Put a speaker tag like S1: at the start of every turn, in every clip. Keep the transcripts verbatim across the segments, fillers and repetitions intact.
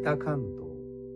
S1: 北関東。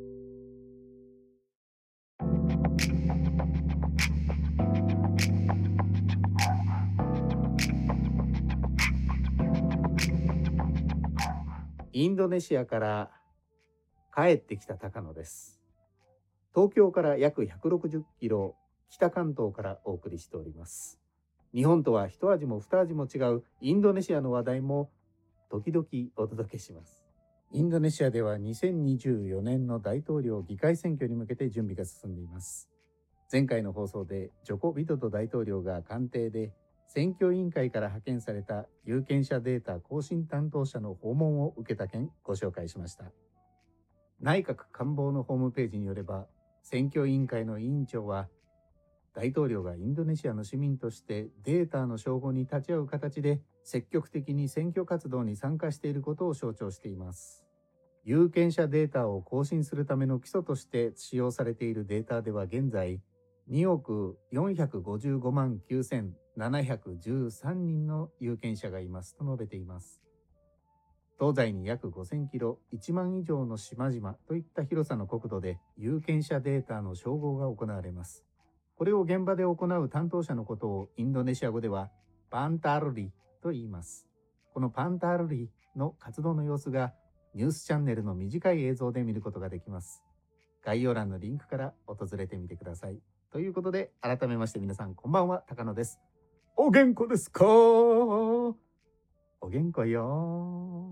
S1: インドネシアから帰ってきた高野です。東京から約ひゃくろくじゅっキロ、北関東からお送りしております。日本とは一味も二味も違うインドネシアの話題も時々お届けします。インドネシアではにせんにじゅうよねんの大統領議会選挙に向けて準備が進んでいます。前回の放送でジョコ・ビドド大統領が官邸で選挙委員会から派遣された有権者データ更新担当者の訪問を受けた件ご紹介しました。内閣官房のホームページによれば、選挙委員会の委員長は、大統領がインドネシアの市民としてデータの照合に立ち会う形で積極的に選挙活動に参加していることを象徴しています。有権者データを更新するための基礎として使用されているデータでは現在、におくよんひゃくごじゅうごまんきゅうせんななひゃくじゅうさんにんの有権者がいますと述べています。東西に約ごせんキロ、いちまん以上の島々といった広さの国土で有権者データの照合が行われます。これを現場で行う担当者のことをインドネシア語ではパンタールリと言います。このパンタールリの活動の様子がニュースチャンネルの短い映像で見ることができます。概要欄のリンクから訪れてみてください。ということで、改めまして皆さんこんばんは、高野です。お元気ですか？お元気よ。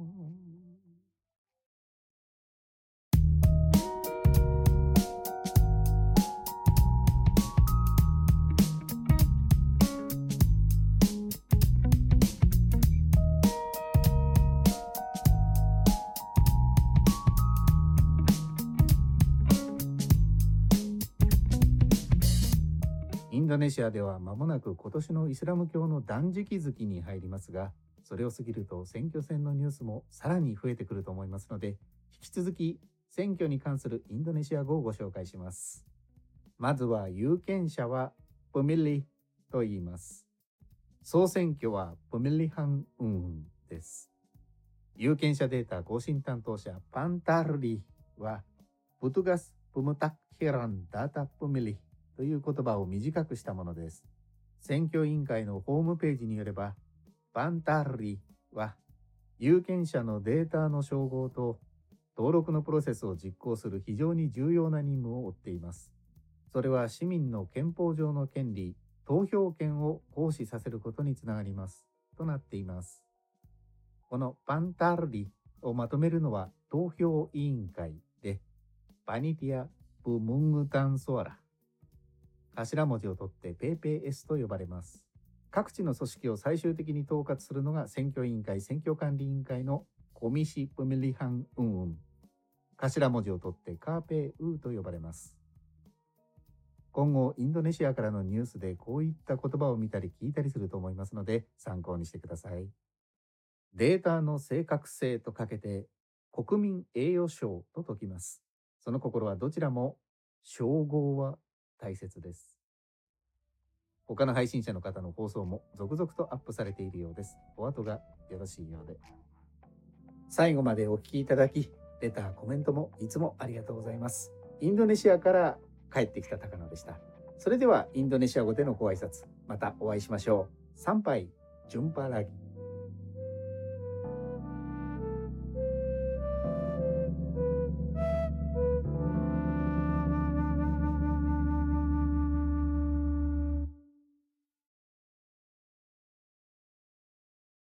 S1: インドネシアでは間もなく今年のイスラム教の断食月に入りますが、それを過ぎると選挙戦のニュースもさらに増えてくると思いますので、引き続き選挙に関するインドネシア語をご紹介します。まずは有権者はプミリと言います。総選挙はプミリハンウンです。有権者データ更新担当者パンタルリはプトゥガスプムタッキランダータプミリという言葉を短くしたものです。選挙委員会のホームページによれば、パンタルリは有権者のデータの照合と登録のプロセスを実行する非常に重要な任務を負っています。それは市民の憲法上の権利、投票権を行使させることにつながります。となっています。このパンタルリをまとめるのは投票委員会で、パニティア・プムングタンソアラ。頭文字を取ってペーペーエスと呼ばれます。各地の組織を最終的に統括するのが選挙委員会、選挙管理委員会のコミシプミリハンウンウン。頭文字を取ってカーペーウーと呼ばれます。今後、インドネシアからのニュースでこういった言葉を見たり聞いたりすると思いますので、参考にしてください。データの正確性とかけて、国民栄誉賞と説きます。その心はどちらも、称号は大切です。他の配信者の方の放送も続々とアップされているようです。お後がよろしいようで。最後までお聞きいただき、レター、コメントもいつもありがとうございます。インドネシアから帰ってきた高野でした。それではインドネシア語でのご挨拶、またお会いしましょう。参拝、ジュンパラギ。